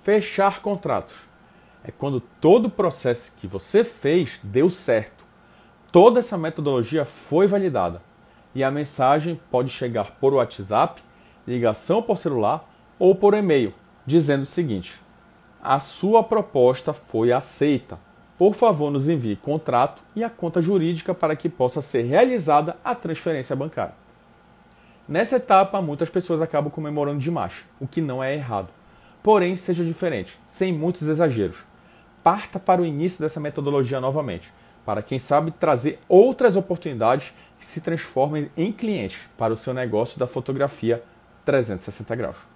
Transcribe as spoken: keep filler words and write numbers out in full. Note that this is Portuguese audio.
Fechar contratos é quando todo o processo que você fez deu certo. Toda essa metodologia foi validada e a mensagem pode chegar por WhatsApp, ligação por celular ou por e-mail, dizendo o seguinte: a sua proposta foi aceita. Por favor, nos envie contrato e a conta jurídica para que possa ser realizada a transferência bancária. Nessa etapa, muitas pessoas acabam comemorando demais, o que não é errado. Porém, seja diferente, sem muitos exageros. Parta para o início dessa metodologia novamente, para quem sabe trazer outras oportunidades que se transformem em clientes para o seu negócio da fotografia trezentos e sessenta graus.